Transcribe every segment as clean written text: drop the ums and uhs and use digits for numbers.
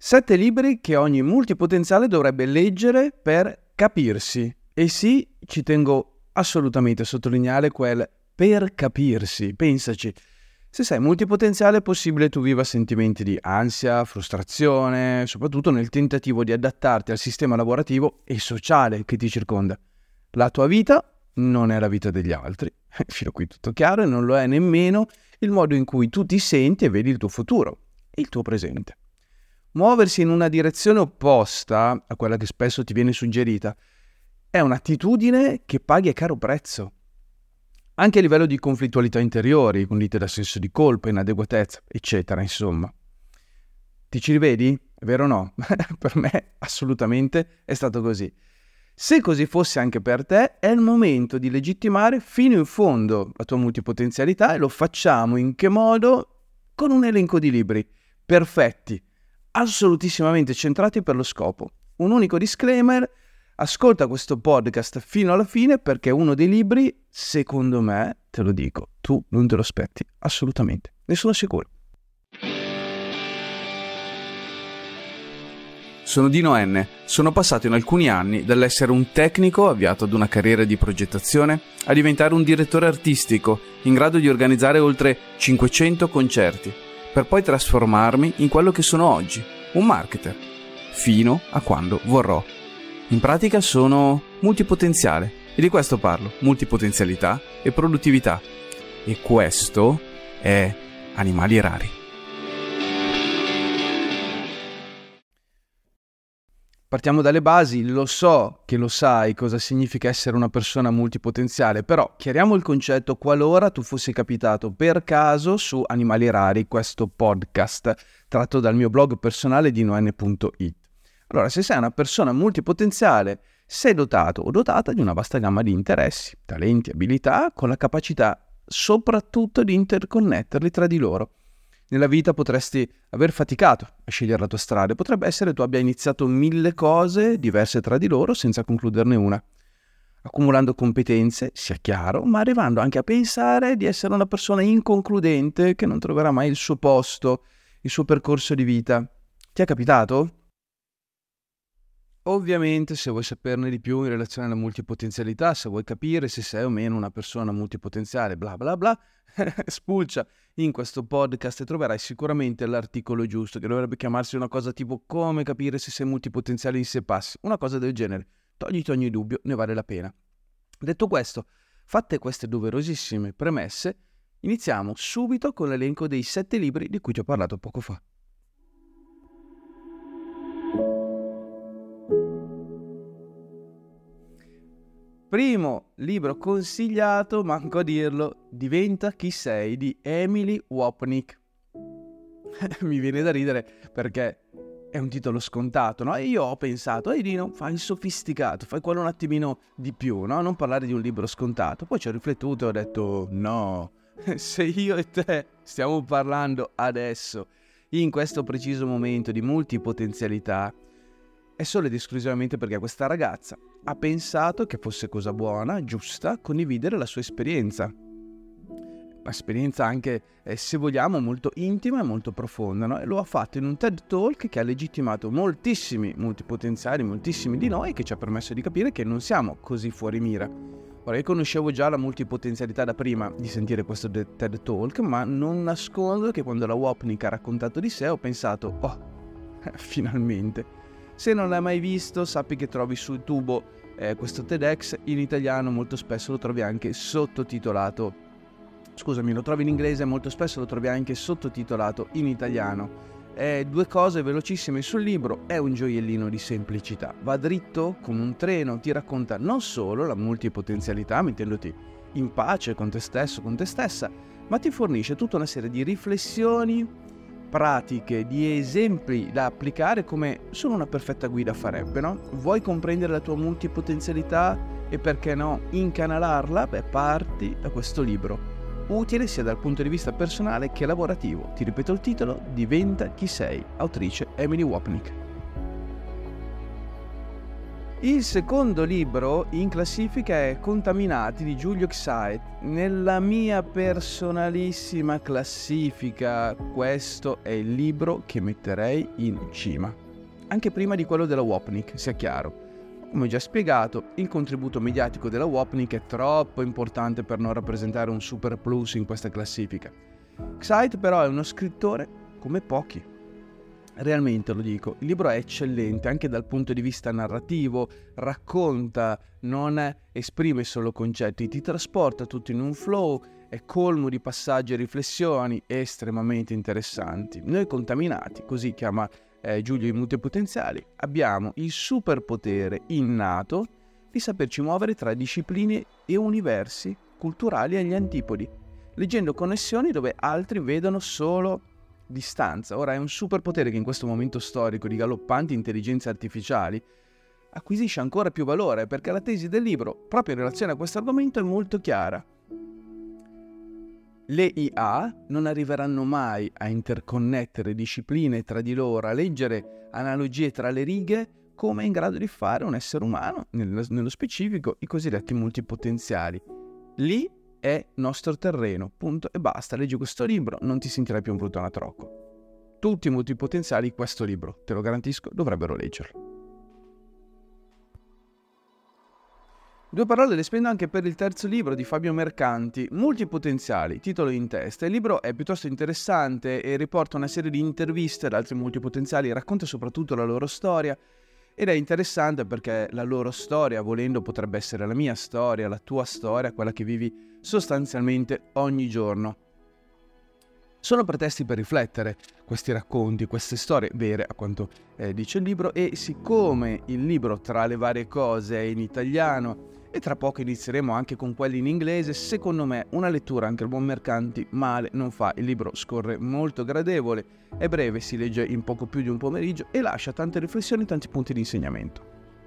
7 libri che ogni multipotenziale dovrebbe leggere per capirsi. E sì, ci tengo assolutamente a sottolineare quel per capirsi. Pensaci, se sei multipotenziale è possibile tu viva sentimenti di ansia, frustrazione, soprattutto nel tentativo di adattarti al sistema lavorativo e sociale che ti circonda. La tua vita non è la vita degli altri, fino a qui tutto chiaro, e non lo è nemmeno il modo in cui tu ti senti e vedi il tuo futuro e il tuo presente. Muoversi in una direzione opposta a quella che spesso ti viene suggerita è un'attitudine che paghi a caro prezzo. Anche a livello di conflittualità interiori, condite da senso di colpa, inadeguatezza, eccetera, insomma. Ti ci rivedi? È vero o no? Per me assolutamente è stato così. Se così fosse anche per te, è il momento di legittimare fino in fondo la tua multipotenzialità, e lo facciamo in che modo? Con un elenco di libri perfetti, assolutissimamente centrati per lo scopo. Un unico disclaimer: ascolta questo podcast fino alla fine, perché è uno dei libri, secondo me, te lo dico, tu non te lo aspetti assolutamente, ne sono sicuro. Sono Dino N. Sono passato in alcuni anni dall'essere un tecnico avviato ad una carriera di progettazione a diventare un direttore artistico in grado di organizzare oltre 500 concerti, per poi trasformarmi in quello che sono oggi, un marketer, fino a quando vorrò. In pratica sono multipotenziale, e di questo parlo, multipotenzialità e produttività. E questo è Animali Rari. Partiamo dalle basi. Lo so che lo sai cosa significa essere una persona multipotenziale, però chiariamo il concetto qualora tu fossi capitato per caso su Animali Rari, questo podcast tratto dal mio blog personale dinoN.it. Allora, se sei una persona multipotenziale, sei dotato o dotata di una vasta gamma di interessi, talenti, abilità, con la capacità soprattutto di interconnetterli tra di loro. Nella vita potresti aver faticato a scegliere la tua strada, potrebbe essere tu abbia iniziato 1000 cose diverse tra di loro senza concluderne una, accumulando competenze, sia chiaro, ma arrivando anche a pensare di essere una persona inconcludente che non troverà mai il suo posto, il suo percorso di vita. Ti è capitato? Ovviamente, se vuoi saperne di più in relazione alla multipotenzialità, se vuoi capire se sei o meno una persona multipotenziale, bla bla bla, spulcia in questo podcast e troverai sicuramente l'articolo giusto, che dovrebbe chiamarsi una cosa tipo come capire se sei multipotenziale in 6 passi, una cosa del genere. Togliti ogni dubbio, ne vale la pena. Detto questo, fatte queste doverosissime premesse, iniziamo subito con l'elenco dei 7 libri di cui ti ho parlato poco fa. Primo libro consigliato, manco a dirlo, Diventa chi sei di Emily Wapnick. Mi viene da ridere perché è un titolo scontato, no? E io ho pensato, Dino, fai il sofisticato, fai quello un attimino di più, no? Non parlare di un libro scontato. Poi ci ho riflettuto e ho detto, no, se io e te stiamo parlando adesso, in questo preciso momento, di multipotenzialità, è solo ed esclusivamente perché questa ragazza ha pensato che fosse cosa buona, giusta, condividere la sua esperienza. Esperienza anche, se vogliamo, molto intima e molto profonda, no? E lo ha fatto in un TED Talk che ha legittimato moltissimi multipotenziali, moltissimi di noi, che ci ha permesso di capire che non siamo così fuori mira. Ora, io conoscevo già la multipotenzialità da prima di sentire questo TED Talk, ma non nascondo che quando la Wapnick ha raccontato di sé ho pensato, finalmente. Se non l'hai mai visto, sappi che trovi sul tubo questo TEDx in italiano, molto spesso lo trovi anche sottotitolato. Scusami, lo trovi in inglese, molto spesso lo trovi anche sottotitolato in italiano. 2 cose velocissime sul libro: è un gioiellino di semplicità, va dritto come un treno, ti racconta non solo la multipotenzialità, mettendoti in pace con te stesso, con te stessa, ma ti fornisce tutta una serie di riflessioni pratiche, di esempi da applicare come solo una perfetta guida farebbe, no? Vuoi comprendere la tua multipotenzialità e perché no incanalarla? Parti da questo libro, utile sia dal punto di vista personale che lavorativo. Ti ripeto il titolo: Diventa chi sei, autrice Emily Wapnick. Il secondo libro in classifica è Contaminati di Giulio Xait. Nella mia personalissima classifica questo è il libro che metterei in cima, anche prima di quello della Wapnick, sia chiaro. Come ho già spiegato, il contributo mediatico della Wapnick è troppo importante per non rappresentare un super plus in questa classifica. Xait però è uno scrittore come pochi. Realmente lo dico, il libro è eccellente anche dal punto di vista narrativo, racconta, non esprime solo concetti, ti trasporta tutto in un flow, è colmo di passaggi e riflessioni estremamente interessanti. Noi contaminati, così chiama Giulio i multipotenziali, abbiamo il superpotere innato di saperci muovere tra discipline e universi culturali agli antipodi, leggendo connessioni dove altri vedono solo distanza. Ora è un superpotere che in questo momento storico di galoppanti intelligenze artificiali acquisisce ancora più valore, perché la tesi del libro, proprio in relazione a questo argomento, è molto chiara. Le IA non arriveranno mai a interconnettere discipline tra di loro, a leggere analogie tra le righe, come è in grado di fare un essere umano, nello specifico i cosiddetti multipotenziali. Lì è nostro terreno, punto e basta. Leggi questo libro, non ti sentirai più un brutto anatrocco. Tutti i multipotenziali questo libro, te lo garantisco, dovrebbero leggerlo. Due parole le spendo anche per il terzo libro di Fabio Mercanti, Multipotenziali, titolo in testa. Il libro è piuttosto interessante e riporta una serie di interviste ad altri multipotenziali, racconta soprattutto la loro storia, ed è interessante perché la loro storia, volendo, potrebbe essere la mia storia, la tua storia, quella che vivi sostanzialmente ogni giorno. Sono pretesti per riflettere questi racconti, queste storie vere, a quanto dice il libro, e siccome il libro tra le varie cose è in italiano e tra poco inizieremo anche con quelli in inglese, secondo me una lettura anche al buon Mercanti male non fa. Il libro scorre molto gradevole, è breve, si legge in poco più di un pomeriggio e lascia tante riflessioni e tanti punti di insegnamento.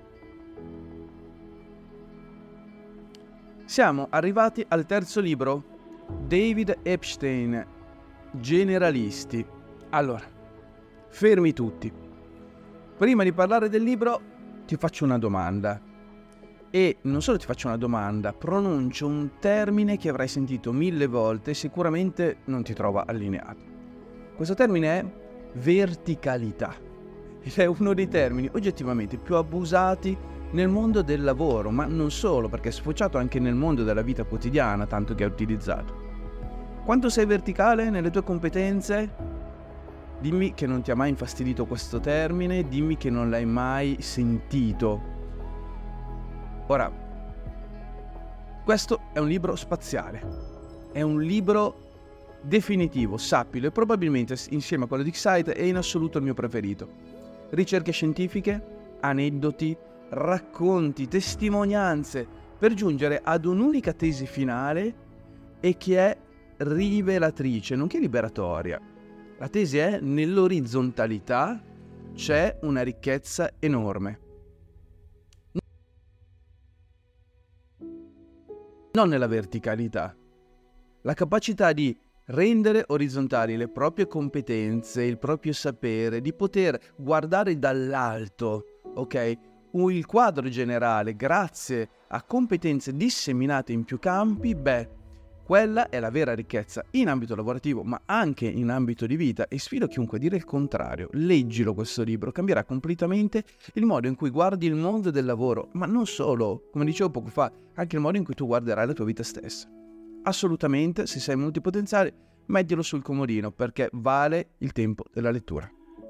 Siamo arrivati al terzo libro, David Epstein, Generalisti. Allora, fermi tutti. Prima di parlare del libro ti faccio una domanda. E non solo ti faccio una domanda, pronuncio un termine che avrai sentito 1000 volte e sicuramente non ti trova allineato. Questo termine è verticalità. Ed è uno dei termini oggettivamente più abusati nel mondo del lavoro, ma non solo, perché è sfociato anche nel mondo della vita quotidiana, tanto che è utilizzato. Quanto sei verticale nelle tue competenze? Dimmi che non ti ha mai infastidito questo termine, dimmi che non l'hai mai sentito. Ora, questo è un libro spaziale, è un libro definitivo, sappilo, e probabilmente insieme a quello di Xait è in assoluto il mio preferito. Ricerche scientifiche, aneddoti, racconti, testimonianze, per giungere ad un'unica tesi finale e che è rivelatrice, nonché liberatoria. La tesi è: nell'orizzontalità c'è una ricchezza enorme. Non nella verticalità. La capacità di rendere orizzontali le proprie competenze, il proprio sapere, di poter guardare dall'alto, ok? Il quadro generale grazie a competenze disseminate in più campi, quella è la vera ricchezza in ambito lavorativo, ma anche in ambito di vita, e sfido chiunque a dire il contrario. Leggilo questo libro, cambierà completamente il modo in cui guardi il mondo del lavoro, ma non solo, come dicevo poco fa, anche il modo in cui tu guarderai la tua vita stessa. Assolutamente, se sei multipotenziale, mettilo sul comodino, perché vale il tempo della lettura.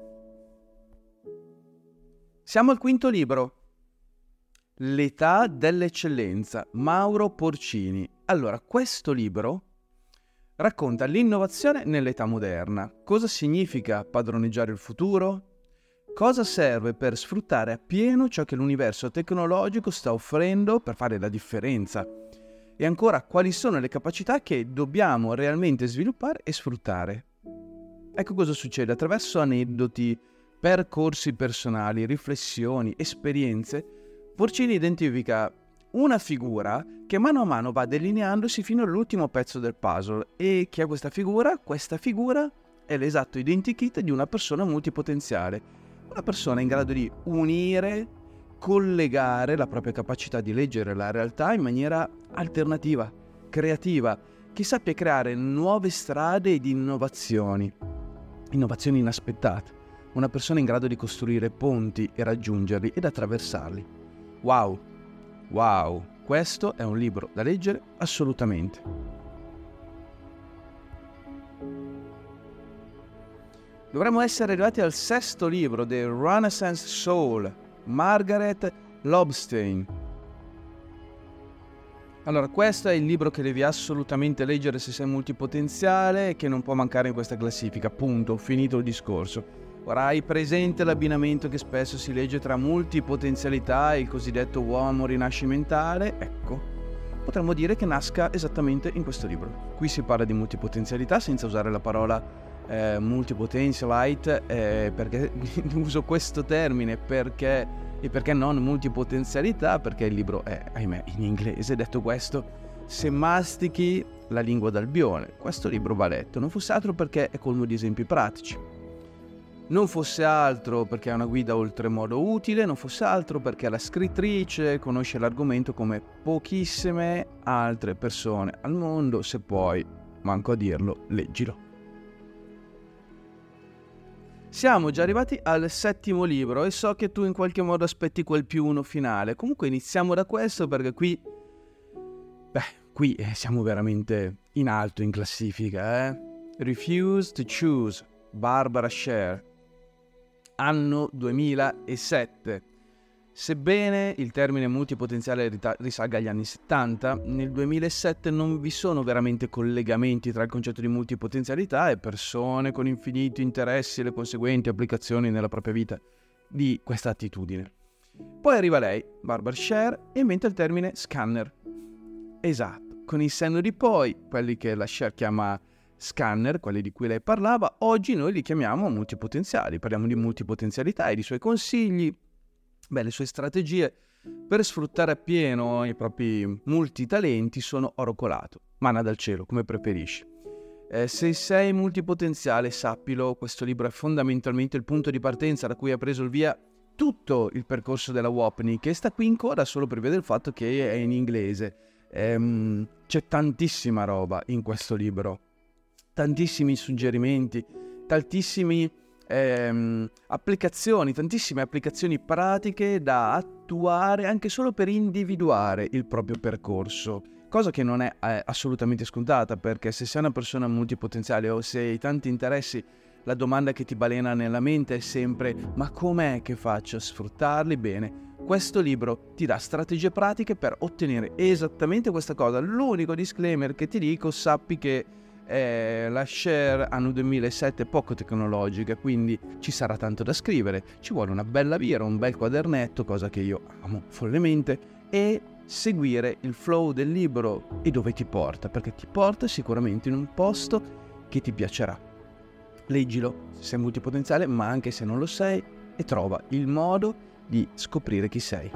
Siamo al quinto libro, L'età dell'eccellenza, Mauro Porcini. Allora, questo libro racconta l'innovazione nell'età moderna. Cosa significa padroneggiare il futuro? Cosa serve per sfruttare appieno ciò che l'universo tecnologico sta offrendo per fare la differenza? E ancora, quali sono le capacità che dobbiamo realmente sviluppare e sfruttare? Ecco cosa succede attraverso aneddoti, percorsi personali, riflessioni, esperienze. Porcini identifica una figura che mano a mano va delineandosi fino all'ultimo pezzo del puzzle. E chi è questa figura? Questa figura è l'esatto identikit di una persona multipotenziale, una persona in grado di unire collegare la propria capacità di leggere la realtà in maniera alternativa, creativa, che sappia creare nuove strade ed innovazioni inaspettate. Una persona in grado di costruire ponti e raggiungerli ed attraversarli. Wow, questo è un libro da leggere assolutamente. Dovremmo essere arrivati al 6º libro, The Renaissance Soul, Margaret Lobstein. Allora, questo è il libro che devi assolutamente leggere se sei multipotenziale e che non può mancare in questa classifica, punto, finito il discorso. Ora, hai presente l'abbinamento che spesso si legge tra multipotenzialità e il cosiddetto uomo rinascimentale? Ecco, potremmo dire che nasca esattamente in questo libro. Qui si parla di multipotenzialità senza usare la parola multipotentialite, perché uso questo termine perché non multipotenzialità, perché il libro è, ahimè, in inglese. Detto questo, se mastichi la lingua d'Albione, questo libro va letto, non fosse altro perché è colmo di esempi pratici, non fosse altro perché è una guida oltremodo utile, non fosse altro perché la scrittrice conosce l'argomento come pochissime altre persone al mondo. Se poi manco a dirlo, leggilo. Siamo già arrivati al 7º libro e so che tu in qualche modo aspetti quel +1 finale. Comunque iniziamo da questo perché qui siamo veramente in alto in classifica. Refuse to Choose, Barbara Sher, anno 2007. Sebbene il termine multipotenziale risalga agli anni 70, nel 2007 non vi sono veramente collegamenti tra il concetto di multipotenzialità e persone con infiniti interessi e le conseguenti applicazioni nella propria vita di questa attitudine. Poi arriva lei, Barbara Sher, e inventa il termine scanner. Esatto, con il senno di poi, quelli che la Sher chiama scanner, quelli di cui lei parlava, oggi noi li chiamiamo multipotenziali. Parliamo di multipotenzialità e di suoi consigli, le sue strategie per sfruttare appieno i propri multitalenti sono oro colato, manna dal cielo, come preferisci. Se sei multipotenziale, sappilo, questo libro è fondamentalmente il punto di partenza da cui ha preso il via tutto il percorso della Wapnick, che sta qui in coda solo per vedere il fatto che è in inglese. C'è tantissima roba in questo libro, tantissimi suggerimenti, tantissime applicazioni pratiche da attuare anche solo per individuare il proprio percorso, cosa che non è assolutamente scontata, perché se sei una persona multipotenziale o se hai tanti interessi, la domanda che ti balena nella mente è sempre: ma com'è che faccio a sfruttarli bene? Questo libro ti dà strategie pratiche per ottenere esattamente questa cosa. L'unico disclaimer che ti dico: sappi che la Sher anno 2007 è poco tecnologica, quindi ci sarà tanto da scrivere, ci vuole una bella birra, un bel quadernetto, cosa che io amo follemente, e seguire il flow del libro e dove ti porta, perché ti porta sicuramente in un posto che ti piacerà. Leggilo se sei multipotenziale, ma anche se non lo sei, e trova il modo di scoprire chi sei.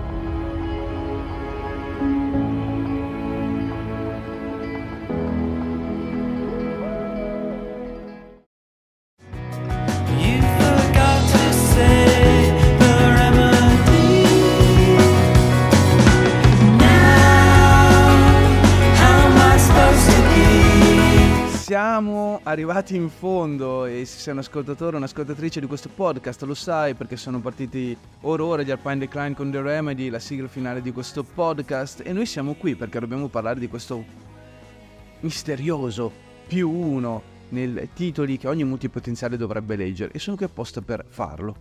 Siamo arrivati in fondo e se sei un ascoltatore o un'ascoltatrice di questo podcast lo sai, perché sono partiti ora gli Alpine Decline con The Remedy, la sigla finale di questo podcast, e noi siamo qui perché dobbiamo parlare di questo misterioso +1 nei titoli che ogni multipotenziale dovrebbe leggere, e sono qui apposta per farlo.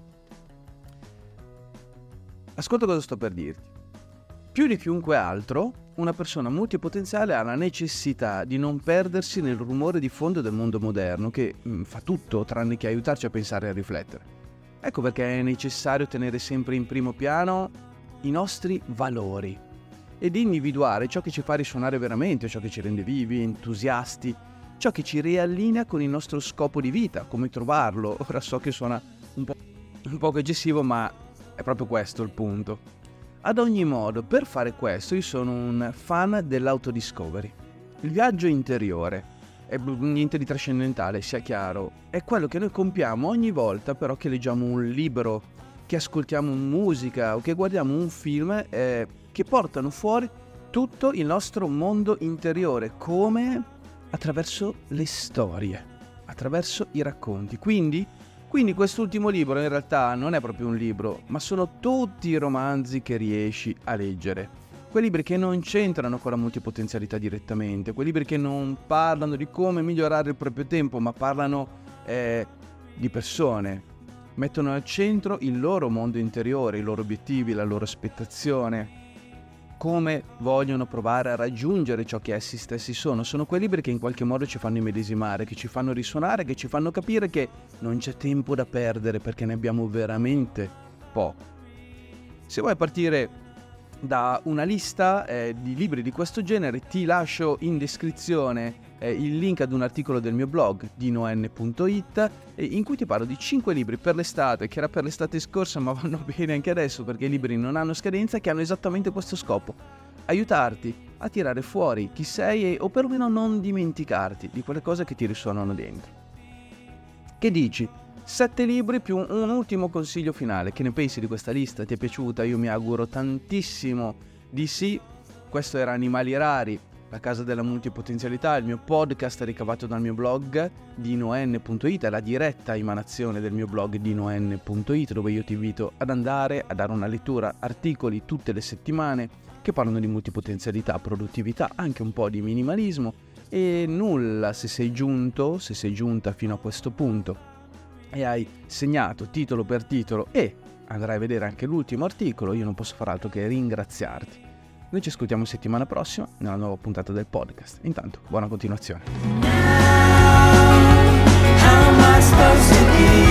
Ascolta cosa sto per dirti. Più di chiunque altro, una persona multipotenziale ha la necessità di non perdersi nel rumore di fondo del mondo moderno che fa tutto tranne che aiutarci a pensare e a riflettere. Ecco perché è necessario tenere sempre in primo piano i nostri valori ed individuare ciò che ci fa risuonare veramente, ciò che ci rende vivi, entusiasti, ciò che ci riallinea con il nostro scopo di vita, come trovarlo. Ora so che suona un po' eccessivo, ma è proprio questo il punto. Ad ogni modo, per fare questo io sono un fan dell'autodiscovery. Il viaggio interiore è niente di trascendentale, sia chiaro, è quello che noi compiamo ogni volta però che leggiamo un libro che ascoltiamo musica o che guardiamo un film che portano fuori tutto il nostro mondo interiore, come attraverso le storie, attraverso i racconti. Quindi quest'ultimo libro in realtà non è proprio un libro, ma sono tutti i romanzi che riesci a leggere. Quei libri che non c'entrano con la multipotenzialità direttamente, quei libri che non parlano di come migliorare il proprio tempo, ma parlano di persone, mettono al centro il loro mondo interiore, i loro obiettivi, la loro aspettazione, come vogliono provare a raggiungere ciò che essi stessi sono. Sono quei libri che in qualche modo ci fanno immedesimare, che ci fanno risuonare, che ci fanno capire che non c'è tempo da perdere perché ne abbiamo veramente poco. Se vuoi partire da una lista di libri di questo genere, ti lascio in descrizione il link ad un articolo del mio blog dinoN.it in cui ti parlo di 5 libri per l'estate, che era per l'estate scorsa ma vanno bene anche adesso perché i libri non hanno scadenza, che hanno esattamente questo scopo: aiutarti a tirare fuori chi sei o perlomeno non dimenticarti di quelle cose che ti risuonano dentro. Che dici? 7 libri più un ultimo consiglio finale. Che ne pensi di questa lista? Ti è piaciuta? Io mi auguro tantissimo di sì. Questo era Animali Rari, la casa della multipotenzialità, il mio podcast ricavato dal mio blog dinoN.it, è la diretta emanazione del mio blog dinoN.it, dove io ti invito ad andare a dare una lettura, articoli tutte le settimane che parlano di multipotenzialità, produttività, anche un po' di minimalismo. E nulla, se sei giunta fino a questo punto e hai segnato titolo per titolo e andrai a vedere anche l'ultimo articolo, io non posso far altro che ringraziarti. Noi ci ascoltiamo settimana prossima nella nuova puntata del podcast. Intanto, buona continuazione. Now, how am I supposed to be?